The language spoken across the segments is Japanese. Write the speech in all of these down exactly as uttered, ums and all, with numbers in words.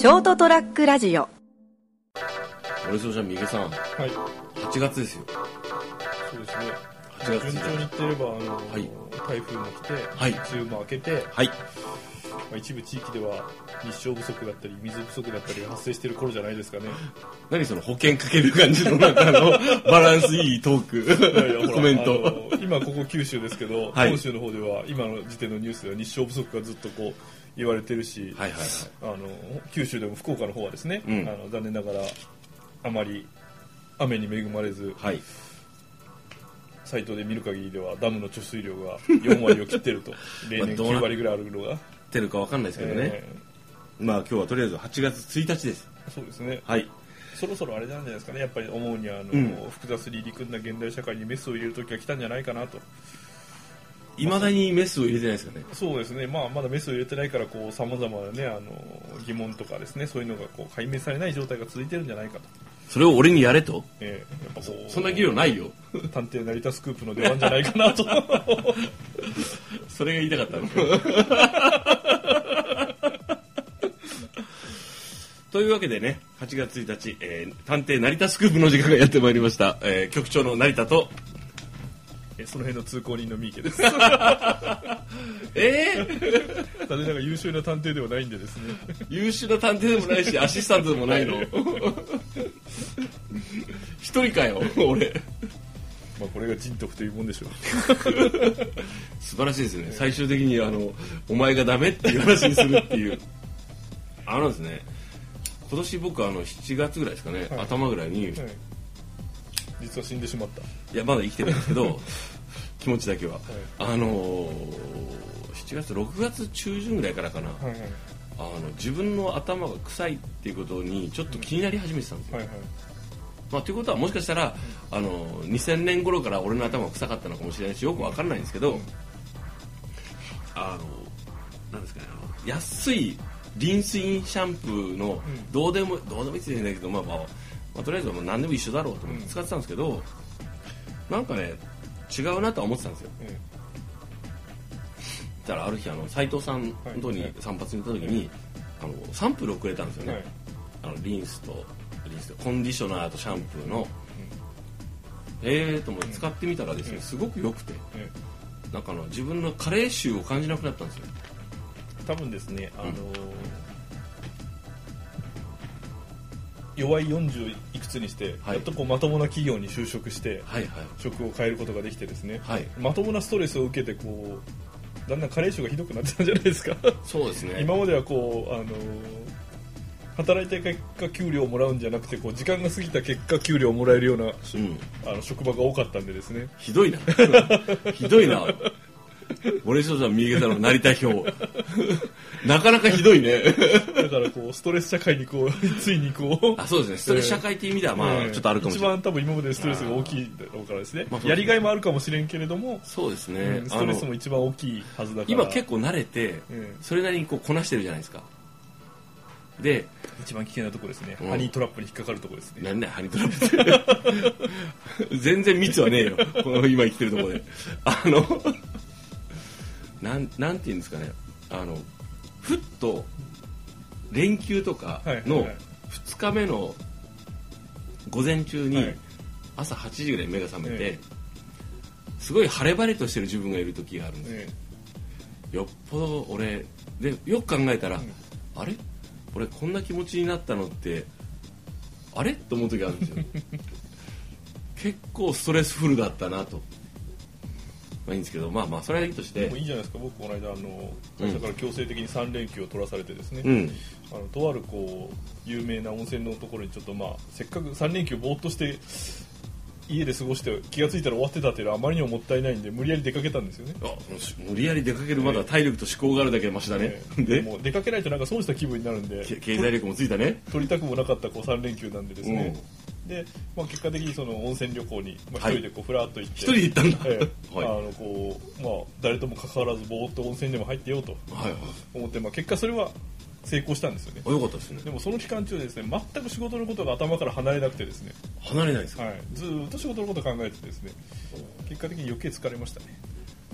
ショートトラックラジオ。 森総じゃん、三毛さん、はい、はちがつですよ。 そうですね。 はちがつ順調にいってれば、あの、はい、台風も来て、はい、梅雨も明けて、はい、まあ、一部地域では日照不足だったり水不足だったりが発生している頃じゃないですかね。 何その保険かける感じの中のバランスいいトークいやいやコメント。 今ここ九州ですけど、はい、本州の方では今の時点のニュースでは日照不足がずっとこう言われてるし、はいはいはい、あの九州でも福岡の方はですね、うん、あの残念ながらあまり雨に恵まれず、はい、サイトで見る限りではダムの貯水量がよんわりを切ってると例年きゅうわりぐらいあるのがてるか分かんないですけどね、えー、まあ今日はとりあえずはちがつついたちです。 そうですね、 はい、 そろそろあれなんじゃないですかね。やっぱり思うにはあの、うん、複雑に入り組んだ現代社会にメスを入れる時が来たんじゃないかなと。 いまだにメスを入れてないですかね。 そうですね、まあ、まだメスを入れてないからさまざまな、ね、あの疑問とかですね、そういうのがこう解明されない状態が続いてるんじゃないかと。 それを俺にやれと、 えー、やっぱこうそ, そんな議論ないよ。 探偵成田スクープの出番じゃないかなとそれが言いたかったんですよというわけでね、はちがつついたち、えー、探偵成田スクープの時間がやってまいりました、えー、局長の成田とその辺の通行人の三池ですえー、 残念ながら優秀な探偵ではないんでですね。 優秀な探偵でもないしアシスタントでもないの一人かよ俺。 まあこれが人徳というもんでしょう素晴らしいですね。最終的にあのお前がダメっていう話にするっていうあのですね、今年僕あのしちがつぐらいですかね、はい、頭ぐらいに、はい、 実は死んでしまった。 いやまだ生きてるんですけど気持ちだけは、はい、あのー、しちがつろくがつ中旬ぐらいからかな、はいはい、あの自分の頭が臭いっていうことにちょっと気になり始めてたんですよ、はいはい、まあ、ということはもしかしたら、うん、あのにせんねん頃から俺の頭が臭かったのかもしれないしよく分かんないんですけど、うん、あのなんですかね、あの安いリンスインシャンプーのどうでも、うん、どうでもいいって言うんだけど、まあまあまあ、とりあえずもう何でも一緒だろうと思って使ってたんですけど、うん、なんかね違うなとは思ってたんですよ、うん、そしたらある日あの斉藤さんのとこに散髪に行った時に、はい、あのサンプルをくれたんですよね、はい、あのリンスとリンスとコンディショナーとシャンプーの、うん、えーと思って使ってみたらですね、うん、すごく良くて、うん、なんかあの自分の加齢臭を感じなくなったんですよ。 多分ですね、あのーうん、弱いよんじゅういくつにして、はい、やっとこうまともな企業に就職して、はいはい、職を変えることができてですね、はい、まともなストレスを受けてこうだんだん加齢臭がひどくなってたんじゃないですか。 そうですね。 今まではこう、あのー、働いた結果給料をもらうんじゃなくてこう時間が過ぎた結果給料をもらえるような、うん、あの職場が多かったんでですね。 ひどいなひどいな森下さん、三池さんの成田表なかなかひどいねだからこうストレス社会にこうついにこうあ、そうですね、ストレス社会っていう意味ではまあちょっとあるかもしれない、 一番多分今までストレスが大きいだろうからですね、まあ、やりがいもあるかもしれんけれども、 そうですね、 うん、ストレスも一番大きいはずだから今結構慣れて、うん、それなりにこうこなしてるじゃないですか。で一番危険なところですね、うん、ハニートラップに引っかかるところですね。 なんだよハニートラップって全然密はねえよこの今生きてるところであのなん、なんていうんですかね、あのふっと連休とかのふつかめの午前中に朝はちじぐらいに目が覚めて、すごい晴れ晴れとしてる自分がいる時があるんですよ。よっぽど俺でよく考えたら、あれ俺こんな気持ちになったのってあれと思う時があるんですよ結構ストレスフルだったなと。まあいいんですけど、まあまあそれはいいとして。 でもいいじゃないですか。僕この間あの会社から強制的にさん連休を取らされてですね、うん、あのとあるこう有名な温泉のところにちょっとまあせっかくさん連休ぼーっとして家で過ごして気がついたら終わってたっていうのはあまりにももったいないんで無理やり出かけたんですよね。 あ、無理やり出かけるまだ体力と思考があるだけマシだね、 えー、でも出かけないとなんか損した気分になるんで経済力もついたね。 取りたくもなかったこうさん連休なんでですね、うん、で、まあ、結果的にその温泉旅行に、まあ、一人でこうふらっと行って、 はい、一人で行ったんだ、 えーはい、あのこうまあ、誰とも関わらずぼーっと温泉でも入ってようと思って、まあ、結果それは成功したんですよね。 よかったですね。 でもその期間中ですね、全く仕事のことが頭から離れなくてですね。 離れないですか。 はい、ずっと仕事のことを考えててですね、結果的に余計疲れましたね。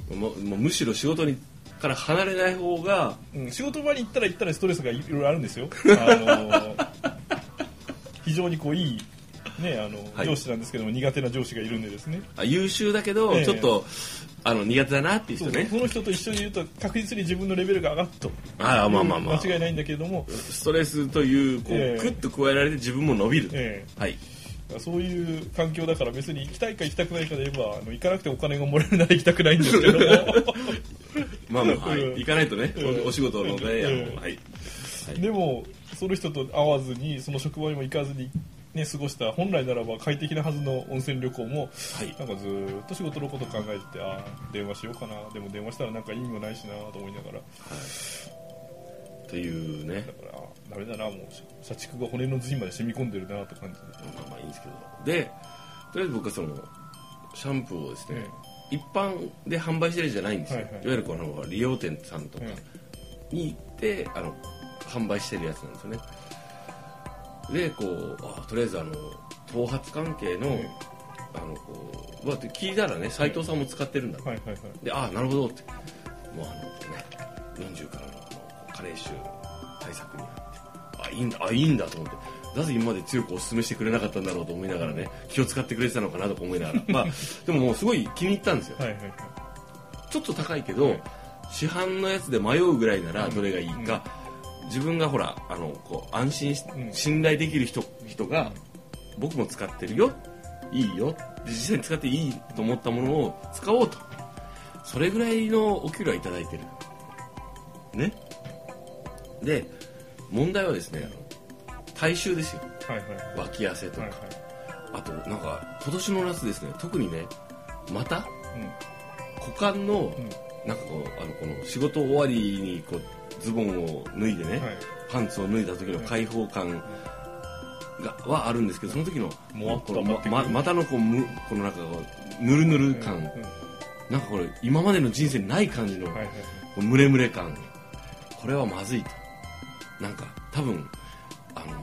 ももうむしろ仕事にから離れない方が、 うん、仕事場に行ったら行ったらストレスがいろいろあるんですよ。あのー、非常にこういい、ね、あの、はい、上司なんですけども苦手な上司がいるんでですね。 あ、優秀だけど、えー、ちょっとあの苦手だなっていう人ね。 その人と一緒にいると確実に自分のレベルが上がると。 ああ、まあまあまあ間違いないんだけれども、 ストレスというこう、えー、クッと加えられて自分も伸びる、えー、はい。 そういう環境だから別に行きたいか行きたくないかで言えばあの行かなくてお金がもらえるなら行きたくないんですけどもまあまあ、はい、行かないとね、うん、お仕事のね、うんはい、 でもその人と会わずにその職場にも行かずに、ね、過ごした本来ならば快適なはずの温泉旅行も、はい、なんかずっと仕事のこと考えててあ電話しようかなでも電話したらなんか意味もないしなと思いながら、はいというねだからダメだなもう社畜が骨の髄まで染み込んでるなと感じでまあまあいいんですけどでとりあえず僕はそのシャンプーをですね、うん、一般で販売してるじゃないんですよ、はいはい、いわゆるこの理容店さんとかに行って、うん、あの販売してるやつなんですよねでこうあとりあえずあの頭髪関係の、うん、あのこう聞いたらね斉藤さんも使ってるんだ、うんはいはいはい、でああなるほどってもうあのねよんじゅうからの加齢臭対策になってあいいんだあいいんだと思ってなぜ今まで強くお勧めしてくれなかったんだろうと思いながらね気を使ってくれてたのかなとか思いながらまあでももうすごい気に入ったんですよ、はいはいはい、ちょっと高いけど、はい、市販のやつで迷うぐらいならどれがいいか、うん、自分がほらあのこう安心し、うん、信頼できる人、人が僕も使ってるよいいよ実際に使っていいと思ったものを使おうとそれぐらいのお給料はいただいてるねで問題はですね体臭ですよ、はいはい、脇汗とか、はいはい、あとなんか今年の夏ですね特にねまた、うん、股間の、うん、なんかこうあのこの仕事終わりにこうズボンを脱いでね、はい、パンツを脱いだ時の開放感が、はあるんですけどその時のもこの、まま、股のこうむこのなんかこうぬるぬる感、うんうん、なんかこれ今までの人生にない感じの、はいはいはい、こうムレムレ感これはまずいとなんか多分あの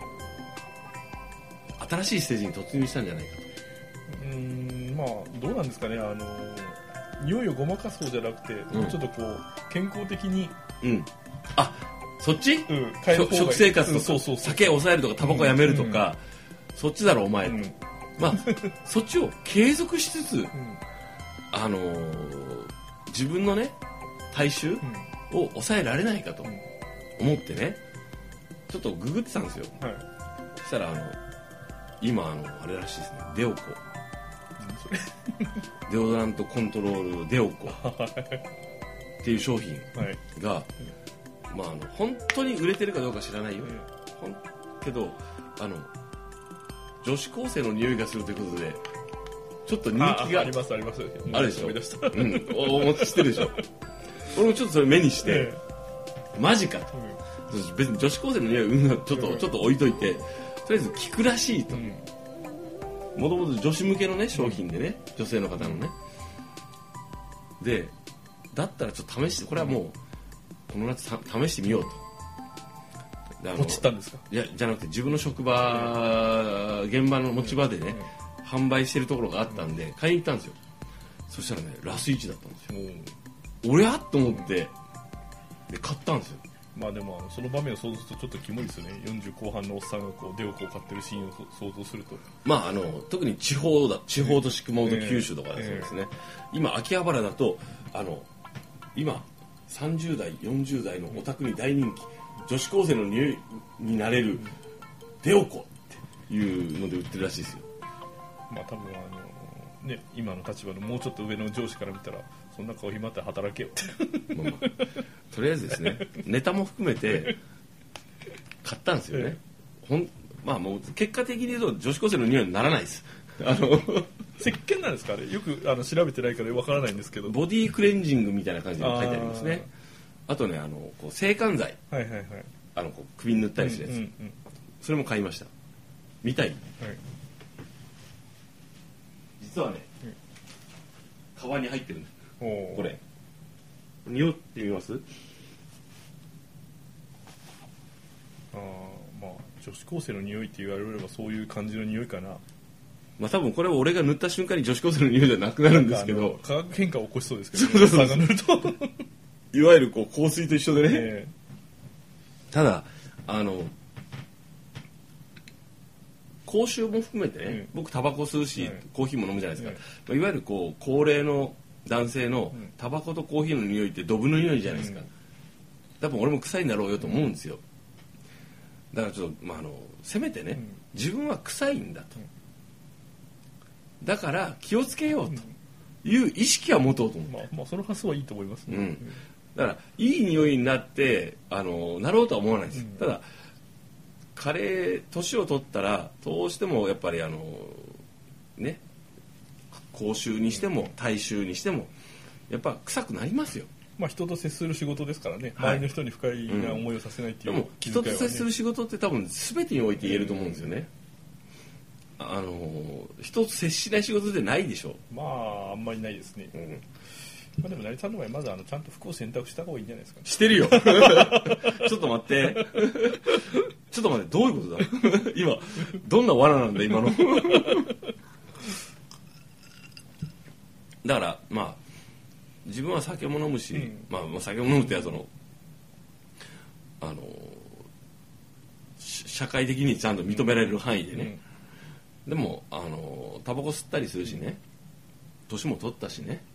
ー、新しいステージに突入したんじゃないかとうーんまあどうなんですかねあのー、匂いをごまかそうじゃなくて、うん、ちょっとこう健康的に、 うん、あそっち、うん、食生活とか、うん、そうそうそう酒を抑えるとかタバコやめるとか、うん、そっちだろお前、うん、まあそっちを継続しつつ、うん、あのー、自分のね体臭を抑えられないかと、うん思ってねちょっとググってたんですよ、はい、そしたらあの今あのあれらしいですねデオコデオドラントコントロールデオコっていう商品が、はい、まああの本当に売れてるかどうか知らないよ、うん、けどあの女子高生の匂いがするということでちょっと人気が あ, ありますありますあるでしょ、うん、お持ちしてるでしょ俺もちょっとそれ目にして、えーマジかと、うん、別に女子高生の匂いうんちょっと、うん、ちょっと置いといてとりあえず効くらしいともともと女子向けのね商品でね、うん、女性の方のねでだったらちょっと試してこれはもうこの夏試してみようと落ちたんですかいやじゃなくて自分の職場現場の持ち場でね、うん、販売してるところがあったんで買いに行ったんですよそしたらねラスいちだったんですよ、うん、俺やと思ってで買ったんですよまあでもあのその場面を想像するとちょっとキモいですよねよんじゅう後半のおっさんがこうデオコを買ってるシーンを想像するとまああの特に地方だ地方都市熊本、九州とかでそうですね、えー、今秋葉原だとあの今さんじゅう代よんじゅう代のオタクに大人気女子高生の匂いになれるデオコっていうので売ってるらしいですよまあ多分あのね今の立場のもうちょっと上の上司から見たらそんな顔暇あったら働けよってまあ、まあ、 とりあえずですねネタも含めて買ったんですよね、ええ、ほんまあもう結果的に言うと女子高生の匂いにならないですあの石鹸なんですかねよくあの調べてないからわからないんですけどボディークレンジングみたいな感じで書いてありますね あ, あとねあのこう制汗剤、はいはいはい、あのこう首に塗ったりするやつ、うんうんうん、それも買いました見たい、はい、実はね、うん、カバンに入ってるんですこれ匂ってみますあまあ女子高生の匂いって言われればそういう感じの匂いかなまあ多分これは俺が塗った瞬間に女子高生の匂いじゃなくなるんですけど、 化学変化を起こしそうですけど、ね、そうそうそう、塗るといわゆるこう香水と一緒でね、えー、ただあの口臭も含めてね、うん、僕タバコ吸うし、うん、コーヒーも飲むじゃないですか、うん、いわゆるこう高齢の男性のタバコとコーヒーの匂いってドブの匂いじゃないですか、うん、多分俺も臭いんだろうよと思うんですよ。だからちょっと、まあ、あのせめてね、うん、自分は臭いんだと、だから気をつけようという意識は持とうと思う、 まあ、まあその発想はいいと思いますね、うん、 だからいい匂いになってあのなろうとは思わないです、うん、ただ加齢年を取ったらどうしてもやっぱりあのね口臭にしても体臭にしてもやっぱ臭くなりますよ。 まあ人と接する仕事ですからね、はい、周りの人に不快な思いをさせないっていう、 うん、でも人と接する仕事って多分全てにおいて言えると思うんですよね、うん、あの人と接しない仕事ってないでしょ。 まああんまりないですね、うん、まあ、でも成田さんの場合まずあのちゃんと服を選択した方がいいんじゃないですか、ね、 してるよちょっと待ってちょっと待って、どういうことだ今どんな罠なんだ今のだからまあ自分は酒も飲むし、うん、まあ酒も飲むってやつのあの社会的にちゃんと認められる範囲でね、うん、でもあのタバコ吸ったりするしね、年も取ったしね、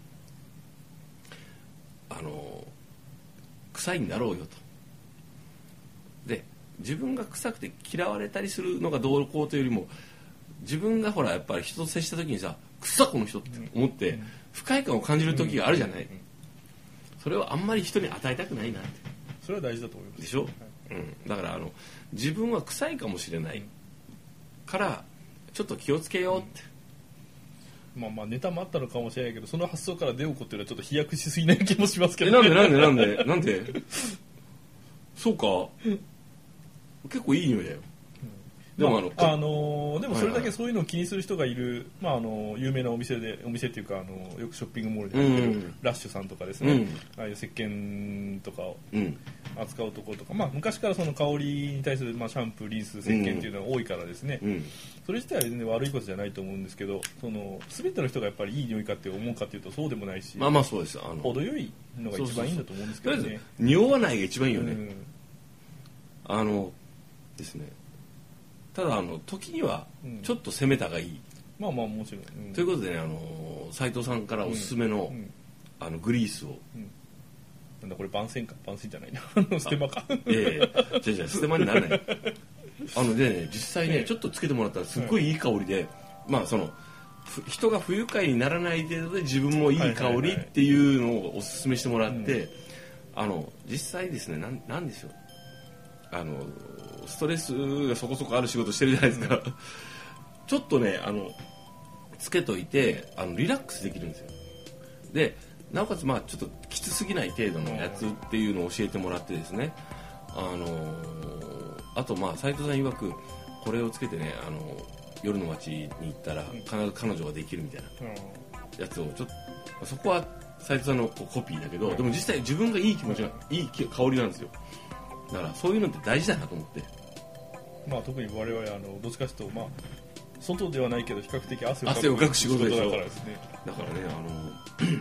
あの臭いんだろうよと。で自分が臭くて嫌われたりするのがどうこうというよりも、自分がほらやっぱり人と接した時にさ、臭この人って思って不快感を感じる時があるじゃない、それをあんまり人に与えたくないなって。 それは大事だと思いますでしょ、はい、うん、だからあの自分は臭いかもしれないからちょっと気をつけようって、 うん、まあまあネタもあったのかもしれないけど、その発想から出ようこというのはちょっと飛躍しすぎない気もしますけど、ね、 えなんでなんでなんでなんでそうか結構いい匂いだよ。 でも、まああのー、でもそれだけそういうのを気にする人がいる、まあ、あの有名なお店でお店っていうか、あのよくショッピングモールに入ってる、うん、ラッシュさんとかですね、うん、ああいう石鹸とかを扱うところとか、まあ、昔からその香りに対する、まあ、シャンプーリンス石鹸っていうのが多いからですね、うん、それ自体は全然悪いことじゃないと思うんですけど、その全ての人がやっぱりいい匂いかって思うかっていうとそうでもないし、 まあまあそうです、あの程よいのが一番いいんだと思うんですけどね。そうそうそう、 匂わないが一番いいよね、うん、あのですね。ただあの時にはちょっと攻めたがいい、うん、まあまあもちろん、うん、ということでね、あの斉藤さんからおすすめの、うん、あのグリースを、うん、 なんだこれ番宣か、番宣じゃないなステマか、 ええじゃじゃステマにならないあのでね、実際ね、ええ、ちょっとつけてもらったらすっごいいい香りで、まあその人が不愉快にならない程度で自分もいい香りっていうのをおすすめしてもらって、あの実際ですね、なん、なんでしょう、あのストレスがそこそこある仕事してるじゃないですか、うん、ちょっとねあのつけといてあのリラックスできるんですよ。でなおかつまあちょっときつすぎない程度のやつっていうのを教えてもらってですね、あのー、あとまあ斉藤さん曰くこれをつけてね、あの夜の街に行ったら必ず彼女ができるみたいなやつをちょっと、そこは斉藤さんのコピーだけど、でも実際自分がいい気持ちがいい香りなんですよ。だからそういうのって大事だなと思って、 まあ、特に我々はあのどっちかというと、まあ、外ではないけど比較的汗をかく仕事だからですね。 だからね、あのなんてい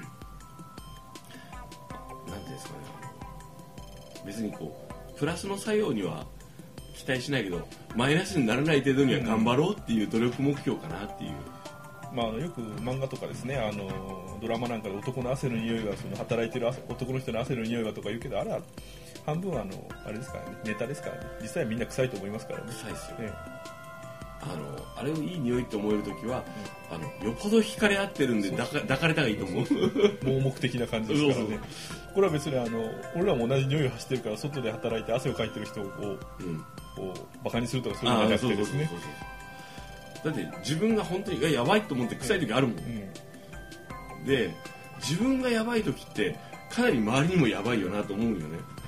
うんですかね、別にこうプラスの作用には期待しないけどマイナスにならない程度には頑張ろうっていう努力目標かなっていう、 うん、まあ、あのよく漫画とかですね、あのドラマなんかで男の汗の匂いがその働いてる男の人の汗の匂いがとか言うけど、あれは半分あのあれですからね、ネタですからね。実際はみんな臭いと思いますからね。 臭いですよ、ね、あのあれをいい匂いって思えるときは、うん、あのよっぽど惹かれ合ってるんで抱か、抱かれたがいいと思う。 盲目的な感じですからね。そうそう、これは別にあの俺らも同じ匂いを発してるから外で働いて汗をかいてる人をこう、うん、こうバカにするとかそういうのじゃなくてですね。 だって自分が本当にやばいと思って臭い時あるもん、うんうん、で自分がやばい時ってかなり周りにもやばいよなと思うよね。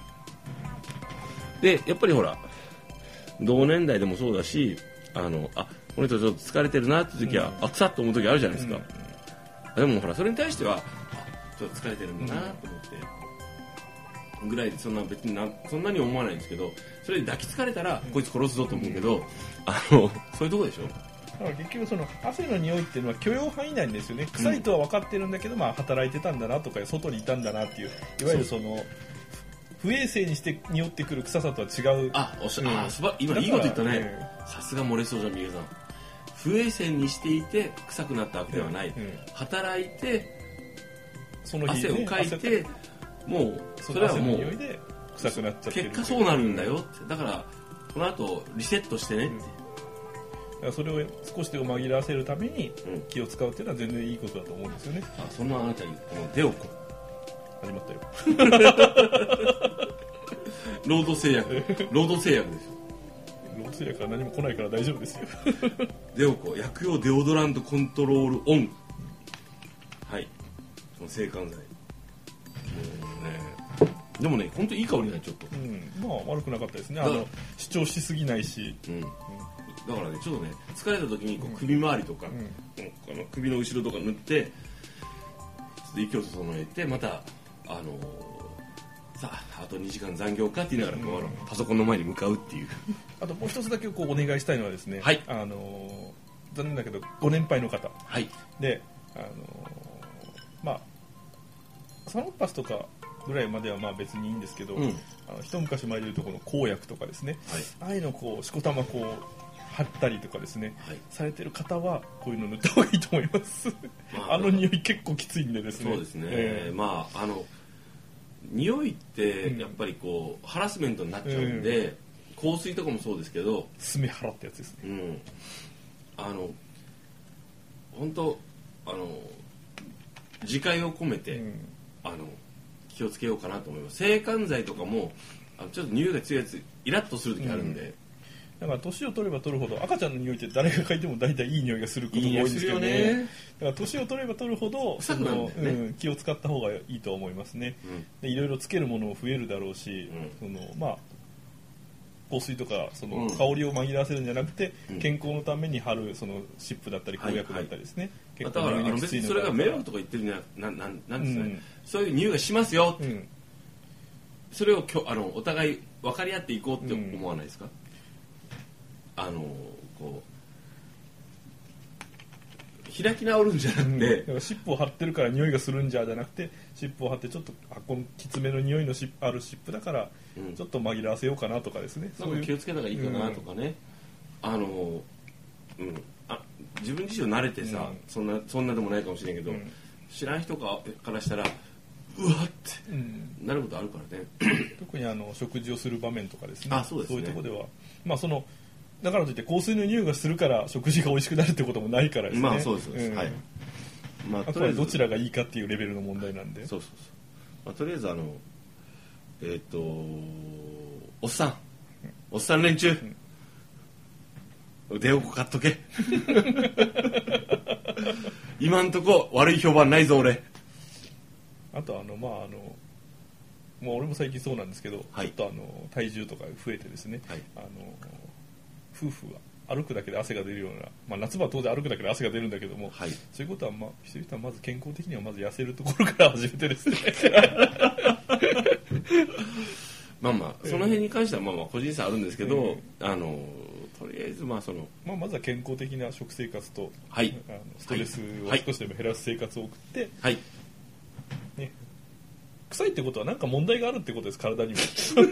でやっぱりほら同年代でもそうだし、あのあこの人ちょっと疲れてるなって時は、うん、あ臭っと思う時あるじゃないですか、うん、でもほらそれに対してはちょっと疲れてるんだなと思って、うん、ぐらいでそんな別になそんなに思わないんですけど、それで抱きつかれたら、うん、こいつ殺すぞと思うけど、うん、あのそういうとこでしょ。 だから結局その汗の匂いっていうのは許容範囲内ですよね。臭いとは分かってるんだけど、まあ働いてたんだなとか外にいたんだなっていう、いわゆるその不衛生にして匂ってくる臭さとは違う。 あ、おっしゃ、うん、あ、すば今いいこと言ったね。さすが漏れそうじゃん、みゆさん。不衛生にしていて臭くなったわけではない。うんうん、働いてその日、ね、汗をかいて、もうそれはもう臭くなっちゃってる。 結果そうなるんだよって。だからこの後リセットしてねって。うん、だからそれを少しでも紛らわせるために気を使うっていうのは全然いいことだと思うんですよね。 あ、そんなあなたにこのデオコ始まったよ。 労働制約、労働制約ですよ。 労働制約は何も来ないから大丈夫ですよ。 デオコ薬用デオドラントコントロールオン。はい、その制汗剤。もうね、でもね、本当にいい香りね、ちょっと。 うん、まあ悪くなかったですね。あの主張しすぎないし。うん。うん、 だからね、ちょっとね、疲れた時にこう首周りとか、うん、この首の後ろとか塗って、ちょっと息を整えて、またあのー、さああとにじかん残業かって言いながらこう、うん、パソコンの前に向かうっていう。 あともう一つだけこうお願いしたいのはですね、 はい、 あのー、残念だけどご年配の方、 はい、 で、あのー、まあサロンパスとかぐらいまではまあ別にいいんですけど、うん、あの一昔前でいうとこの公薬とかですね、はい、ああいうのこうしこたまこう貼ったりとかですね、はい、されてる方はこういうの塗った方がいいと思います。まあ、あの匂い結構きついんでですね。 そうですね、えー、まああの匂いってやっぱりこう、うん、ハラスメントになっちゃうんで、うん、香水とかもそうですけど、 スメハラってやつですね、 うん、あの本当あの自戒を込めて、うん、あの気をつけようかなと思います。制汗剤とかもあのちょっと匂いが強いやつイラッとする時あるんで、うん、 だから年を取れば取るほど赤ちゃんの匂いって誰が嗅いでも大体いい匂いがすることが多いんですけど ね, いいね。だから年を取れば取るほど臭くなるんだよね、 うん、気を使った方がいいと思いますね、うん、でいろいろつけるものも増えるだろうし、うん、そのまあ香水とかその香りを紛らわせるんじゃなくて、うん、健康のために貼るその湿布だったり公薬だったりですね、 はいはい、結構だから別にそれが迷惑とか言ってるんじゃなくなんなんですかね、うん、そういう匂いがしますよって、うん、それをきょあのお互い分かり合っていこうって思わないですか、うん、あのこう開き直るんじゃなくて、うん、だから湿布を貼ってるから匂いがするんじゃじゃなくて、湿布を貼ってちょっとあこのきつめの匂いのしある湿布だからちょっと紛らわせようかなとかですね、 うん、そういう気をつけた方がいいかなとかね、うん、あの、うん、あ自分自身は慣れてさ、うん、そんなそんなでもないかもしれんけど、うん、知らん人からしたらうわって、うん、なることあるからね。 特にあの食事をする場面とかですね、 あ、そうですね、 そういうところでは、まあそのだからといって香水の匂いがするから食事が美味しくなるってこともないからですね。 まあそうです、うん、はい。 まあ、あとはどちらがいいかっていうレベルの問題なんで。 そうそうそう。まあ、とりあえずあのえっ、ー、とおっさん、おっさん連中、うん、腕を買っとけ。今んとこ悪い評判ないぞ俺。 あとあのまああの。もう俺も最近そうなんですけど、はい、ちょっとあの体重とか増えてですね、はい、あの夫婦は歩くだけで汗が出るような、まあ、夏場は当然歩くだけで汗が出るんだけども、はい、そういうことは、まあ、一人はまず健康的にはまず痩せるところから始めてですね。 まあまあその辺に関してはまあまあ個人差あるんですけど、えー、あのとりあえずまあその、 まあ、まずは健康的な食生活と、 はい、 あのストレスを少しでも減らす生活を送って、 はいね、臭いってことは何か問題があるってことです、体にも。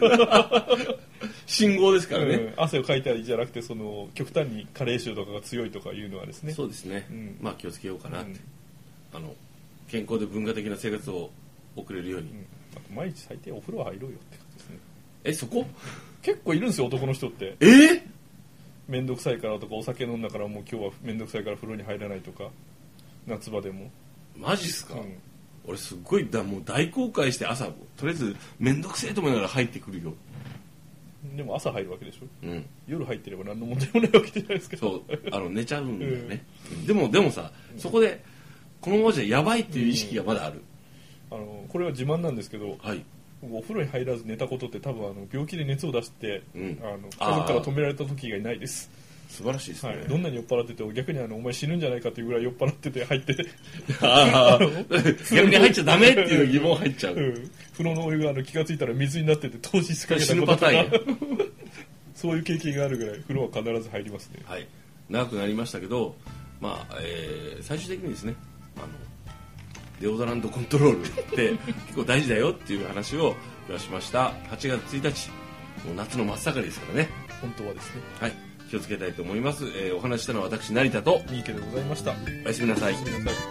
信号ですからね、うん、 汗をかいたりじゃなくてその極端に加齢臭とかが強いとかいうのはですね。 そうですね、うん、まあ気をつけようかなって、うん、あの健康で文化的な生活を送れるように、うん、 あと毎日最低お風呂入ろうよって感じですね。 え、そこ結構いるんですよ男の人って。 えー、 めんどくさいからとかお酒飲んだからもう今日はめんどくさいから風呂に入らないとか、夏場でも。 マジっすか、うん、俺すっごいだもう大後悔して朝とりあえずめんどくせえと思いながら入ってくるよ。 でも朝入るわけでしょ、 うん、 夜入ってれば何の問題もないわけじゃないですか。 そうあの寝ちゃうんだよね、うん、でもでもさ、うん、そこでこのままじゃやばいっていう意識がまだある、 うん、あのこれは自慢なんですけど、 はい、 お風呂に入らず寝たことって多分あの病気で熱を出して、うん、あの家族から止められた時がいないです。 素晴らしいですね、 はい、どんなに酔っ払ってても逆にあのお前死ぬんじゃないかというぐらい酔っ払ってて入ってあ逆に入っちゃダメっていう疑問入っちゃう、うん、 風呂のお湯があの気がついたら水になってて投資しかけたこととかそういう経験があるぐらい風呂は必ず入りますね。 はい、 長くなりましたけど、まあえー、最終的にですね、あのデオドラントコントロールって結構大事だよっていう話をしました。はちがつついたち、もう夏の真っ盛りですからね。 本当はですね。 はい、気をつけたいと思います。えー、お話したのは私成田と三池でございました。 おやすみなさい。 おやすみなさい。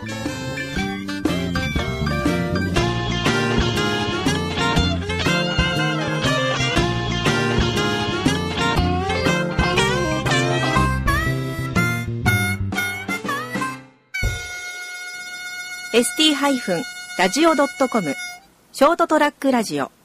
エスティー ラジオ ドットコム ショートトラックラジオ